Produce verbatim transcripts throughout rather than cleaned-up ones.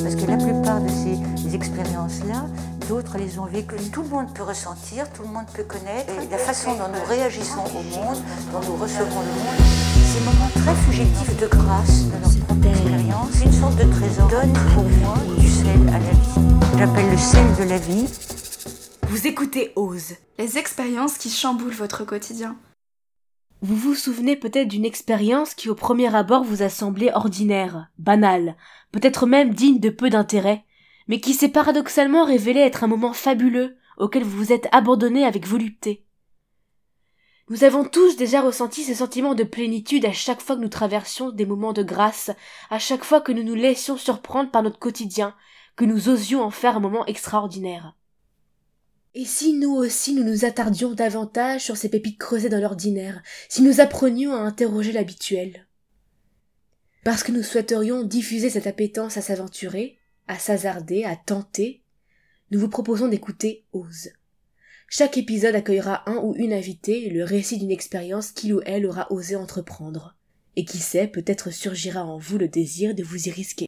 Parce que la plupart de ces expériences-là, d'autres les ont vécues. Tout le monde peut ressentir, tout le monde peut connaître. Et la façon dont nous réagissons au monde, dont nous recevons le monde, ces moments très fugitifs de grâce de notre propre expérience, une sorte de trésor, donne pour moi du sel à la vie. J'appelle le sel de la vie. Vous écoutez Ose, les expériences qui chamboulent votre quotidien. Vous vous souvenez peut-être d'une expérience qui au premier abord vous a semblé ordinaire, banale, peut-être même digne de peu d'intérêt, mais qui s'est paradoxalement révélé être un moment fabuleux auquel vous vous êtes abandonné avec volupté. Nous avons tous déjà ressenti ce sentiment de plénitude à chaque fois que nous traversions des moments de grâce, à chaque fois que nous nous laissions surprendre par notre quotidien, que nous osions en faire un moment extraordinaire. Et si nous aussi nous nous attardions davantage sur ces pépites creusées dans l'ordinaire, si nous apprenions à interroger l'habituel? Parce que nous souhaiterions diffuser cette appétence à s'aventurer, à s'hasarder, à tenter, nous vous proposons d'écouter Ose. Chaque épisode accueillera un ou une invitée, le récit d'une expérience qu'il ou elle aura osé entreprendre. Et qui sait, peut-être surgira en vous le désir de vous y risquer.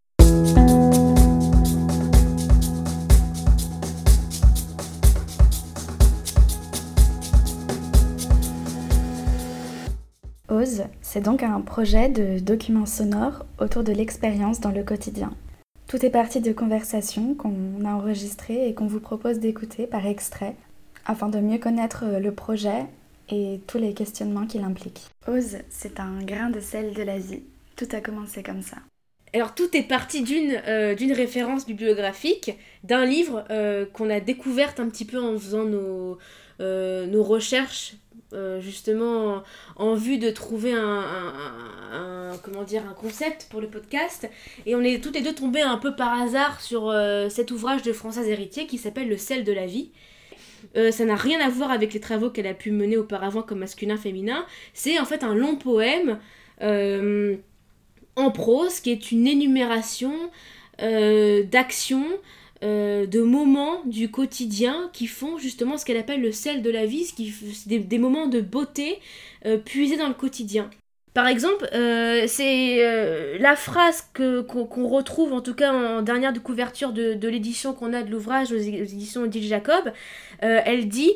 Ose, c'est donc un projet de document sonore autour de l'expérience dans le quotidien. Tout est parti de conversations qu'on a enregistrées et qu'on vous propose d'écouter par extrait, afin de mieux connaître le projet et tous les questionnements qu'il implique. Ose, c'est un grain de sel de la vie. Tout a commencé comme ça. Alors tout est parti d'une, euh, d'une référence bibliographique, d'un livre euh, qu'on a découverte un petit peu en faisant nos, euh, nos recherches, euh, justement en, en vue de trouver un, un, un, un, comment dire, un concept pour le podcast. Et on est toutes les deux tombées un peu par hasard sur euh, cet ouvrage de Françoise Héritier qui s'appelle Le sel de la vie. Euh, ça n'a rien à voir avec les travaux qu'elle a pu mener auparavant comme masculin-féminin. C'est en fait un long poème euh, en prose qui est une énumération euh, d'actions, euh, de moments du quotidien qui font justement ce qu'elle appelle le sel de la vie, ce qui, c'est des, des moments de beauté euh, puisés dans le quotidien. Par exemple, euh, c'est euh, la phrase que, qu'on, qu'on retrouve en tout cas en dernière de couverture de, de l'édition qu'on a de l'ouvrage aux éditions Odile Jacob. Euh, elle dit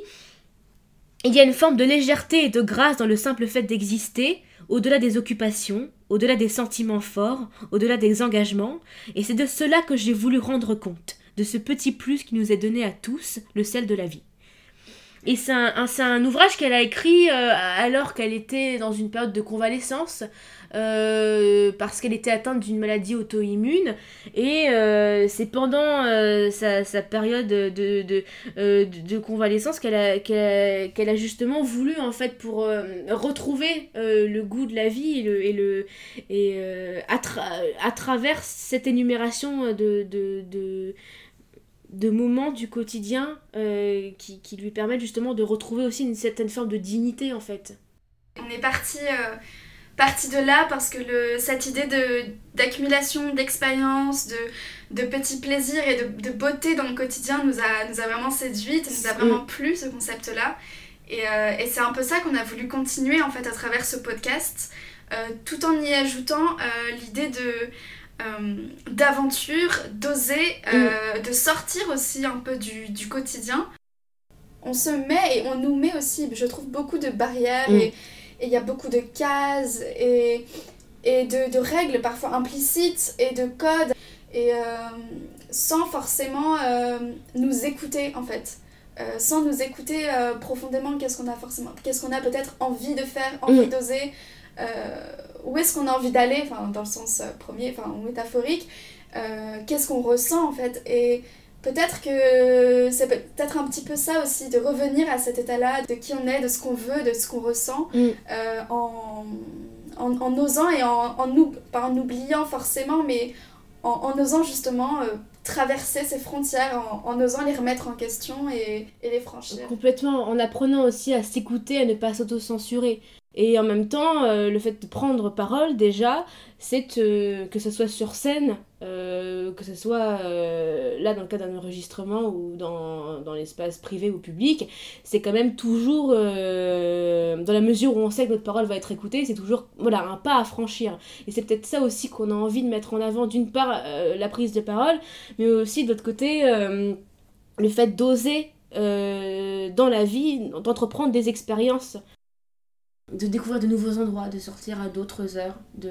« Il y a une forme de légèreté et de grâce dans le simple fait d'exister, au-delà des occupations, au-delà des sentiments forts, au-delà des engagements, et c'est de cela que j'ai voulu rendre compte, de ce petit plus qui nous est donné à tous, le sel de la vie. » Et c'est un, un, c'est un ouvrage qu'elle a écrit euh, alors qu'elle était dans une période de convalescence, euh, parce qu'elle était atteinte d'une maladie auto-immune, et euh, c'est pendant euh, sa, sa période de, de, euh, de, de convalescence qu'elle a, qu'elle, a, qu'elle a justement voulu, en fait, pour euh, retrouver euh, le goût de la vie, et, le, et, le, et euh, à, tra- à travers cette énumération de... de, de de moments du quotidien euh, qui, qui lui permettent justement de retrouver aussi une certaine forme de dignité en fait. On est parti, euh, parti de là parce que le, cette idée de, d'accumulation d'expériences, de, de petits plaisirs et de, de beauté dans le quotidien nous a, nous a vraiment séduite et nous a vraiment plu ce concept-là. Et, euh, et c'est un peu ça qu'on a voulu continuer en fait à travers ce podcast, euh, tout en y ajoutant euh, l'idée de... Euh, d'aventure, d'oser, euh, mm. de sortir aussi un peu du, du quotidien. On se met et on nous met aussi, je trouve, beaucoup de barrières mm. et il y a beaucoup de cases et, et de, de règles parfois implicites et de codes et euh, sans forcément euh, nous écouter en fait. Euh, sans nous écouter euh, profondément, qu'est-ce qu'on a forcément, qu'est-ce qu'on a peut-être envie de faire, envie mm. d'oser. Euh, où est-ce qu'on a envie d'aller, enfin dans le sens euh, premier, enfin métaphorique, euh, qu'est-ce qu'on ressent en fait, et peut-être que c'est peut-être un petit peu ça aussi, de revenir à cet état-là, de qui on est, de ce qu'on veut, de ce qu'on ressent, mm. euh, en, en, en osant et en, en, en, pas en oubliant forcément, mais en, en osant justement euh, traverser ces frontières, en, en osant les remettre en question et, et les franchir. Complètement, en apprenant aussi à s'écouter, à ne pas s'auto-censurer. Et en même temps, euh, le fait de prendre parole, déjà, c'est euh, que ce soit sur scène, euh, que ce soit euh, là dans le cas d'un enregistrement ou dans, dans l'espace privé ou public, c'est quand même toujours, euh, dans la mesure où on sait que notre parole va être écoutée, c'est toujours voilà, un pas à franchir. Et c'est peut-être ça aussi qu'on a envie de mettre en avant, d'une part euh, la prise de parole, mais aussi de l'autre côté, euh, le fait d'oser euh, dans la vie, d'entreprendre des expériences, de découvrir de nouveaux endroits, de sortir à d'autres heures, de,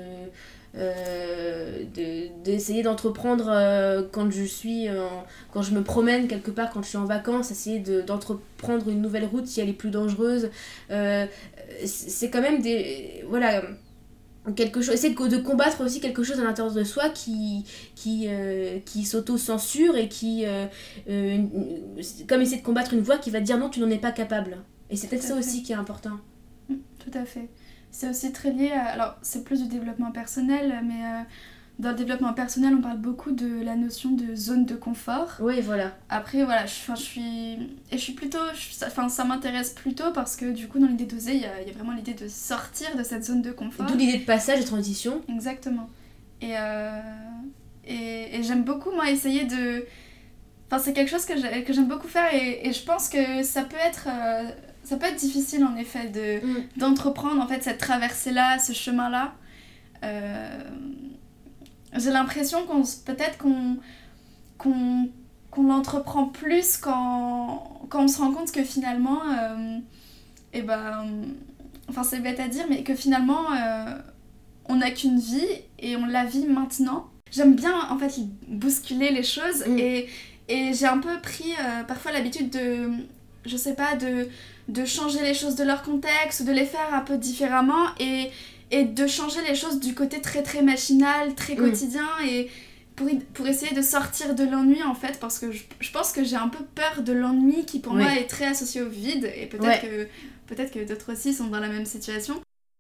euh, de, d'essayer d'entreprendre euh, quand je suis en, quand je me promène quelque part, quand je suis en vacances, essayer de, d'entreprendre une nouvelle route si elle est plus dangereuse. Euh, c'est quand même des... Voilà... quelque chose, essayer de, de combattre aussi quelque chose à l'intérieur de soi qui, qui, euh, qui s'auto-censure et qui... Euh, euh, comme essayer de combattre une voix qui va te dire non, tu n'en es pas capable. Et c'est peut-être ça aussi qui est important. Tout à fait. C'est aussi très lié à... Alors, c'est plus du développement personnel, mais euh, dans le développement personnel, on parle beaucoup de la notion de zone de confort. Oui, voilà. Après, voilà, je, je suis... Et je suis plutôt... Enfin, ça m'intéresse plutôt parce que, du coup, dans l'idée d'oser, il y a, y a vraiment l'idée de sortir de cette zone de confort. D'où l'idée de passage, de transition. Exactement. Et, euh, et, et j'aime beaucoup, moi, essayer de... Enfin, c'est quelque chose que, j'ai, que j'aime beaucoup faire et, et je pense que ça peut être... Euh, Ça peut être difficile en effet de, mm. d'entreprendre en fait, cette traversée-là, ce chemin-là. Euh, j'ai l'impression qu'on peut-être qu'on, qu'on, qu'on l'entreprend plus quand, quand on se rend compte que finalement, euh, et ben, enfin c'est bête à dire, mais que finalement euh, on n'a qu'une vie et on la vit maintenant. J'aime bien en fait bousculer les choses mm. et, et j'ai un peu pris euh, parfois l'habitude de, je sais pas, de de changer les choses de leur contexte, de les faire un peu différemment et, et de changer les choses du côté très très machinal, très quotidien mmh. et pour, pour essayer de sortir de l'ennui en fait parce que je, je pense que j'ai un peu peur de l'ennui qui pour oui. moi est très associé au vide et peut-être, ouais. que, peut-être que d'autres aussi sont dans la même situation.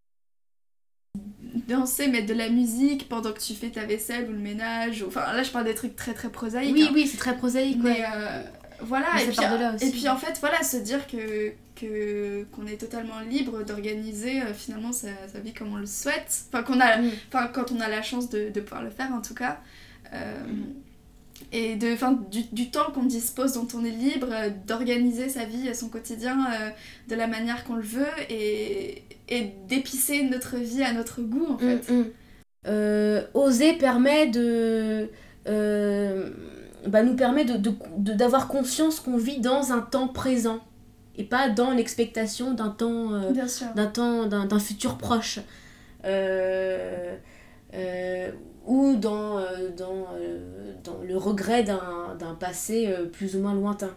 Danser, mettre de la musique pendant que tu fais ta vaisselle ou le ménage, ou... enfin là je parle des trucs très très prosaïques. Oui hein. oui c'est très prosaïque mais ouais. euh, voilà et puis, et puis en fait voilà se dire que que qu'on est totalement libre d'organiser euh, finalement sa, sa vie comme on le souhaite, enfin qu'on a mm. enfin quand on a la chance de, de pouvoir le faire en tout cas euh, mm. et de enfin du, du temps qu'on dispose dont on est libre euh, d'organiser sa vie, son quotidien euh, de la manière qu'on le veut et et d'épicer notre vie à notre goût en fait. Mm, mm. Euh, oser permet de euh, bah, nous permet de, de, de, d'avoir conscience qu'on vit dans un temps présent et pas dans l'expectation d'un temps, euh, d'un, temps d'un, d'un futur proche euh, euh, ou dans, euh, dans, euh, dans le regret d'un, d'un passé euh, plus ou moins lointain.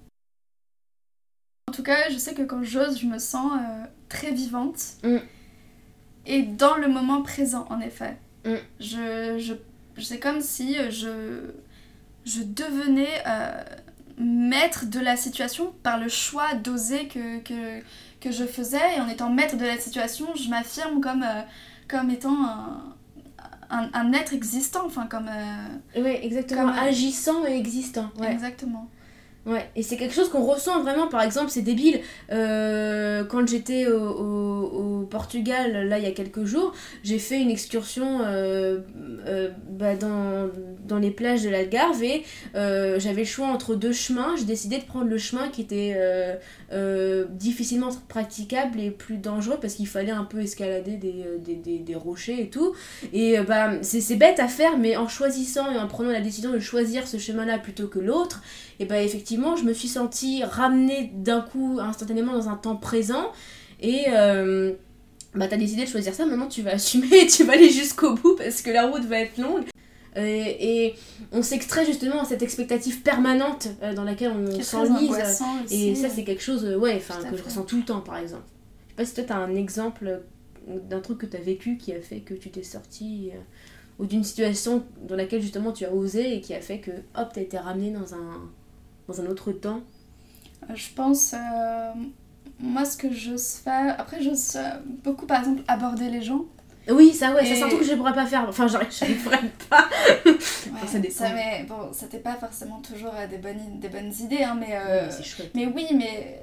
En tout cas, je sais que quand j'ose, je me sens euh, très vivante mm. et dans le moment présent en effet. Mm. Je, je, c'est comme si je, je devenais... Euh, maître de la situation par le choix d'oser que, que, que je faisais et en étant maître de la situation je m'affirme comme, euh, comme étant un, un, un être existant enfin comme euh, oui exactement comme, agissant et existant ouais. Exactement. Ouais, et c'est quelque chose qu'on ressent vraiment, par exemple, c'est débile, euh, quand j'étais au, au, au Portugal, là, il y a quelques jours, j'ai fait une excursion euh, euh, bah, dans, dans les plages de l'Algarve et euh, j'avais le choix entre deux chemins, j'ai décidé de prendre le chemin qui était euh, euh, difficilement praticable et plus dangereux parce qu'il fallait un peu escalader des, des, des, des rochers et tout, et bah, c'est, c'est bête à faire, mais en choisissant et en prenant la décision de choisir ce chemin-là plutôt que l'autre, et bah effectivement je me suis sentie ramenée d'un coup instantanément dans un temps présent et euh, bah t'as décidé de choisir ça, maintenant tu vas assumer et tu vas aller jusqu'au bout parce que la route va être longue euh, et on s'extrait justement à cette expectative permanente euh, dans laquelle on s'enlise et ça c'est quelque chose euh, ouais, que fait. Je ressens tout le temps par exemple. Je sais pas si toi t'as un exemple d'un truc que t'as vécu qui a fait que tu t'es sortie euh, ou d'une situation dans laquelle justement tu as osé et qui a fait que hop t'as été ramenée dans un dans un autre temps. Je pense, euh, moi ce que j'ose faire, après j'ose euh, beaucoup par exemple aborder les gens. Oui, ça ouais, et... ça c'est un truc que je ne pourrais pas faire, enfin j'arrive, je ne pourrais pas. Ouais, enfin, ça dépend. Ça, mais, bon, c'était pas forcément toujours euh, des, bonnes, des bonnes idées, hein, mais, euh, oui, c'est chouette. Mais oui, mais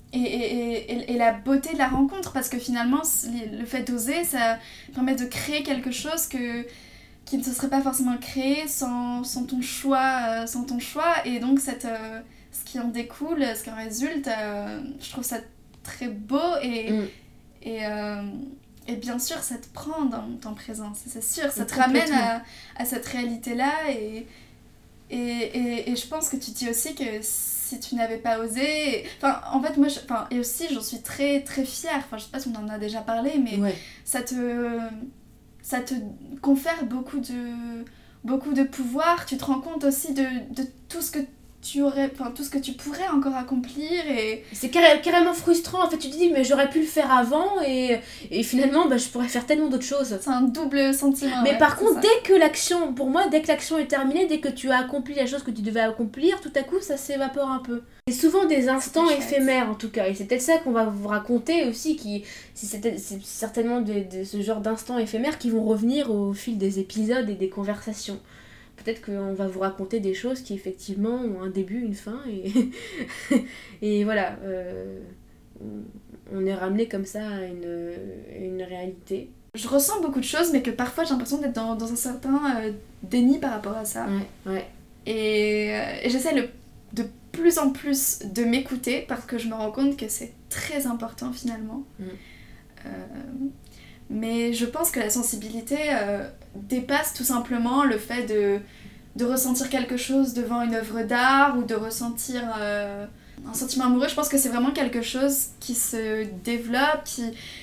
et, et, et, et la beauté de la rencontre, parce que finalement le fait d'oser, ça permet de créer quelque chose que, qui ne se serait pas forcément créé sans, sans, ton, choix, euh, sans ton choix, et donc cette, euh, ce qui en découle, ce qui en résulte, euh, je trouve ça très beau, et, mm. et, euh, et bien sûr ça te prend dans ton présent, c'est sûr, ça te ramène à, à cette réalité-là, et, et, et, et je pense que tu dis aussi que si tu n'avais pas osé... Enfin, en fait, moi, je... enfin, et aussi, j'en suis très, très fière. Enfin, je sais pas si on en a déjà parlé, mais ouais. ça te... ça te confère beaucoup de... beaucoup de pouvoir. Tu te rends compte aussi de, de tout ce que tu aurais... Enfin, tout ce que tu pourrais encore accomplir, et... C'est carré... carrément frustrant, en fait. Tu te dis, mais j'aurais pu le faire avant, et, et finalement, bah, je pourrais faire tellement d'autres choses. C'est un double sentiment. Mais ouais, par contre, ça. dès que l'action... Pour moi, dès que l'action est terminée, dès que tu as accompli la chose que tu devais accomplir, tout à coup, ça s'évapore un peu. C'est souvent des instants éphémères, en tout cas. Et c'est peut-être ça qu'on va vous raconter aussi, qui... c'est, c'est certainement de, de ce genre d'instants éphémères qui vont revenir au fil des épisodes et des conversations. Peut-être qu'on va vous raconter des choses qui effectivement ont un début, une fin, et, et voilà, euh, on est ramené comme ça à une, une réalité. Je ressens beaucoup de choses, mais que parfois j'ai l'impression d'être dans, dans un certain euh, déni par rapport à ça. Ouais, ouais. Et, euh, et j'essaie le, de plus en plus de m'écouter, parce que je me rends compte que c'est très important finalement. Mm. Euh, mais je pense que la sensibilité euh, dépasse tout simplement le fait de, de ressentir quelque chose devant une œuvre d'art, ou de ressentir euh, un sentiment amoureux. Je pense que c'est vraiment quelque chose qui se développe, qui,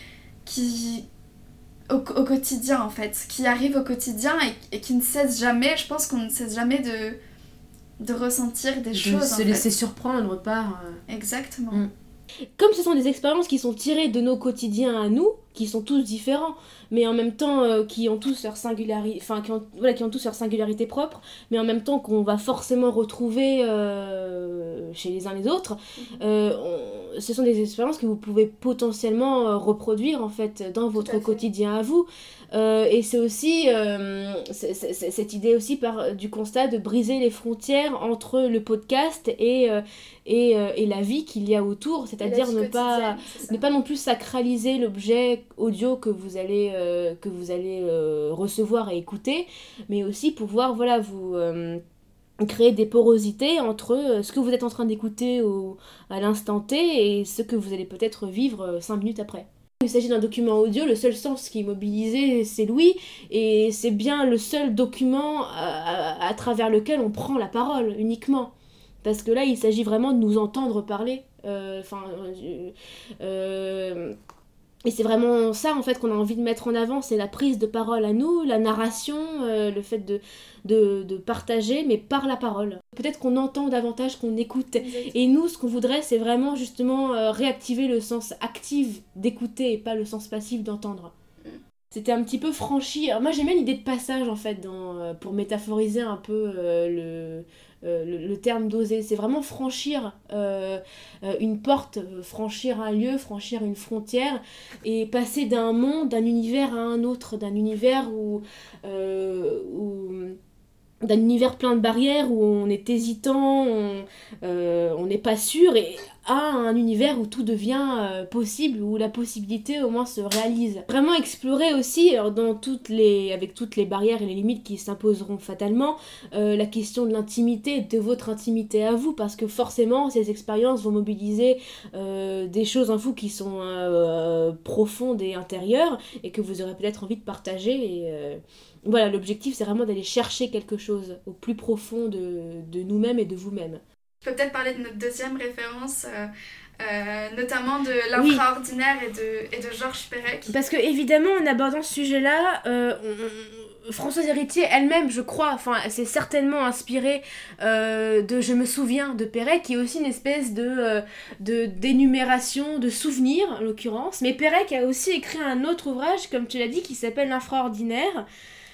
qui au, au quotidien en fait, qui arrive au quotidien et, et qui ne cesse jamais. Je pense qu'on ne cesse jamais de, de ressentir des de choses. Se en laisser fait. surprendre par... Euh... Exactement. Mm. Comme ce sont des expériences qui sont tirées de nos quotidiens à nous, qui sont tous différents, mais en même temps euh, qui ont tous leur singularité, enfin qui ont, voilà, qui ont tous leur singularité propre, mais en même temps qu'on va forcément retrouver euh, chez les uns les autres, euh, on, ce sont des expériences que vous pouvez potentiellement euh, reproduire en fait dans votre quotidien à vous. Euh, et c'est aussi euh, c'est, c'est, c'est cette idée aussi par, du constat de briser les frontières entre le podcast et, euh, et, euh, et la vie qu'il y a autour, c'est-à-dire ne pas, ne pas non plus sacraliser l'objet audio que vous allez, euh, que vous allez euh, recevoir et écouter, mais aussi pouvoir voilà, vous euh, créer des porosités entre ce que vous êtes en train d'écouter au, à l'instant T et ce que vous allez peut-être vivre cinq minutes après. Il s'agit d'un document audio, le seul sens qui est mobilisé, c'est l'ouïe, et c'est bien le seul document à, à, à travers lequel on prend la parole, uniquement. Parce que là, il s'agit vraiment de nous entendre parler. Enfin... Euh, euh, Et c'est vraiment ça en fait qu'on a envie de mettre en avant, c'est la prise de parole à nous, la narration, euh, le fait de, de, de partager, mais par la parole. Peut-être qu'on entend davantage qu'on écoute. Exactement. Et nous, ce qu'on voudrait, c'est vraiment justement euh, réactiver le sens actif d'écouter et pas le sens passif d'entendre. C'était un petit peu franchi. Alors moi j'aimais l'idée de passage en fait, dans, euh, pour métaphoriser un peu euh, le... Euh, le, le terme d'oser, c'est vraiment franchir euh, euh, une porte, franchir un lieu, franchir une frontière et passer d'un monde, d'un univers à un autre, d'un univers où, euh, où d'un univers plein de barrières où on est hésitant, on euh, on n'est pas sûr, et à un univers où tout devient euh, possible, où la possibilité au moins se réalise. Vraiment explorer aussi, alors dans toutes les, avec toutes les barrières et les limites qui s'imposeront fatalement, euh, la question de l'intimité, de votre intimité à vous, parce que forcément ces expériences vont mobiliser euh, des choses en vous qui sont euh, profondes et intérieures, et que vous aurez peut-être envie de partager, et euh, voilà, l'objectif c'est vraiment d'aller chercher quelque chose au plus profond de, de nous-mêmes et de vous-même. Je peux peut-être parler de notre deuxième référence, euh, euh, notamment de l'infraordinaire oui. et, de, et de Georges Perec. Parce que évidemment, en abordant ce sujet-là, euh, on, on, Françoise Héritier elle-même, je crois, enfin, s'est certainement inspirée euh, de Je me souviens de Perec, qui est aussi une espèce de, euh, de d'énumération de souvenirs, en l'occurrence. Mais Perec a aussi écrit un autre ouvrage, comme tu l'as dit, qui s'appelle L'infraordinaire.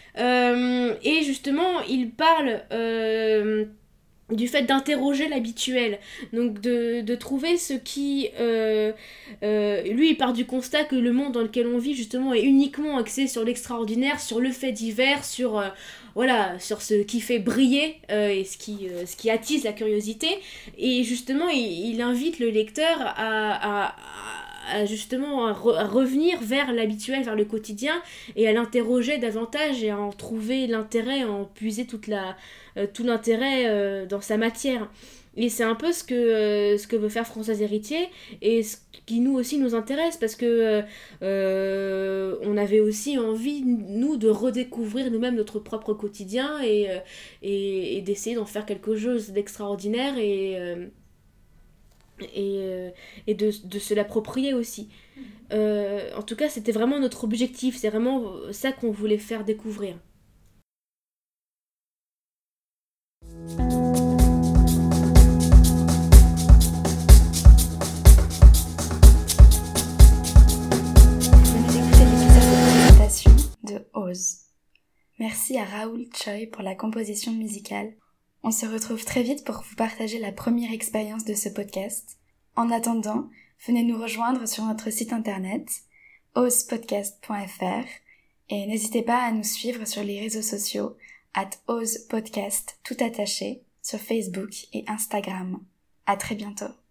Euh, et justement, il parle... Euh, du fait d'interroger l'habituel, donc de, de trouver ce qui... Euh, euh, lui, il part du constat que le monde dans lequel on vit, justement, est uniquement axé sur l'extraordinaire, sur le fait divers, sur... Euh, voilà, sur ce qui fait briller euh, et ce qui, euh, ce qui attise la curiosité. Et justement, il, il invite le lecteur à, à, à justement à, re, à revenir vers l'habituel, vers le quotidien, et à l'interroger davantage et à en trouver l'intérêt, à en puiser toute la, euh, tout l'intérêt euh, dans sa matière. Et c'est un peu ce que, euh, ce que veut faire Françoise Héritier, et ce qui nous aussi nous intéresse, parce que euh, on avait aussi envie, nous, de redécouvrir nous-mêmes notre propre quotidien, et, euh, et, et d'essayer d'en faire quelque chose d'extraordinaire, et, euh, et, euh, et de, de se l'approprier aussi. Euh, en tout cas, c'était vraiment notre objectif, c'est vraiment ça qu'on voulait faire découvrir. De Ose. Merci à Raoul Choi pour la composition musicale. On se retrouve très vite pour vous partager la première expérience de ce podcast. En attendant, venez nous rejoindre sur notre site internet ose podcast point f r et n'hésitez pas à nous suivre sur les réseaux sociaux arobase ose podcast tout attaché sur Facebook et Instagram. À très bientôt.